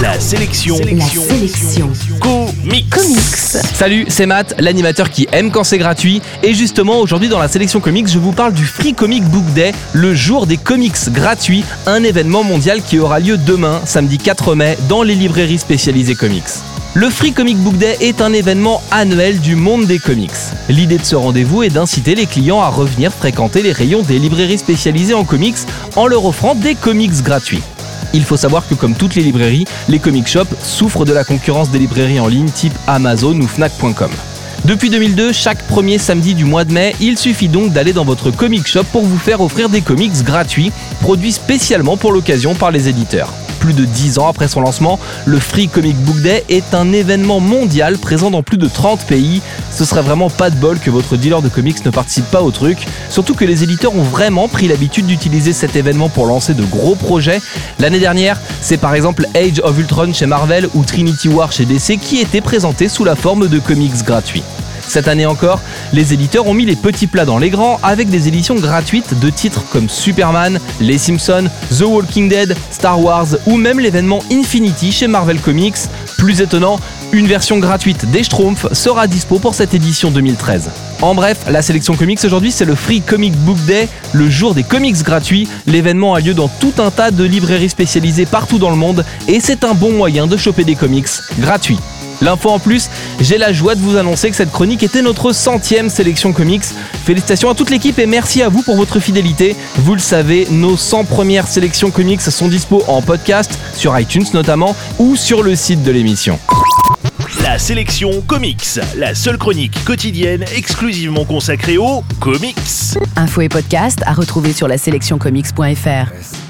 La sélection. Comics. Salut, c'est Matt, l'animateur qui aime quand c'est gratuit. Et justement, aujourd'hui dans la sélection comics, je vous parle du Free Comic Book Day, le jour des comics gratuits, un événement mondial qui aura lieu demain, samedi 4 mai, dans les librairies spécialisées comics. Le Free Comic Book Day est un événement annuel du monde des comics. L'idée de ce rendez-vous est d'inciter les clients à revenir fréquenter les rayons des librairies spécialisées en comics en leur offrant des comics gratuits. Il faut savoir que comme toutes les librairies, les comic shops souffrent de la concurrence des librairies en ligne type Amazon ou Fnac.com. Depuis 2002, chaque premier samedi du mois de mai, il suffit donc d'aller dans votre comic shop pour vous faire offrir des comics gratuits, produits spécialement pour l'occasion par les éditeurs. Plus de 10 ans après son lancement, le Free Comic Book Day est un événement mondial présent dans plus de 30 pays. Ce serait vraiment pas de bol que votre dealer de comics ne participe pas au truc, surtout que les éditeurs ont vraiment pris l'habitude d'utiliser cet événement pour lancer de gros projets. L'année dernière, c'est par exemple Age of Ultron chez Marvel ou Trinity War chez DC qui étaient présentés sous la forme de comics gratuits. Cette année encore, les éditeurs ont mis les petits plats dans les grands avec des éditions gratuites de titres comme Superman, Les Simpsons, The Walking Dead, Star Wars ou même l'événement Infinity chez Marvel Comics. Plus étonnant, une version gratuite des Schtroumpfs sera dispo pour cette édition 2013. En bref, la sélection comics aujourd'hui, c'est le Free Comic Book Day, le jour des comics gratuits. L'événement a lieu dans tout un tas de librairies spécialisées partout dans le monde et c'est un bon moyen de choper des comics gratuits. L'info en plus, j'ai la joie de vous annoncer que cette chronique était notre 100e sélection comics. Félicitations à toute l'équipe et merci à vous pour votre fidélité. Vous le savez, nos 100 premières sélections comics sont dispo en podcast, sur iTunes notamment, ou sur le site de l'émission. La sélection comics, la seule chronique quotidienne exclusivement consacrée aux comics. Infos et podcasts à retrouver sur laselectioncomics.fr.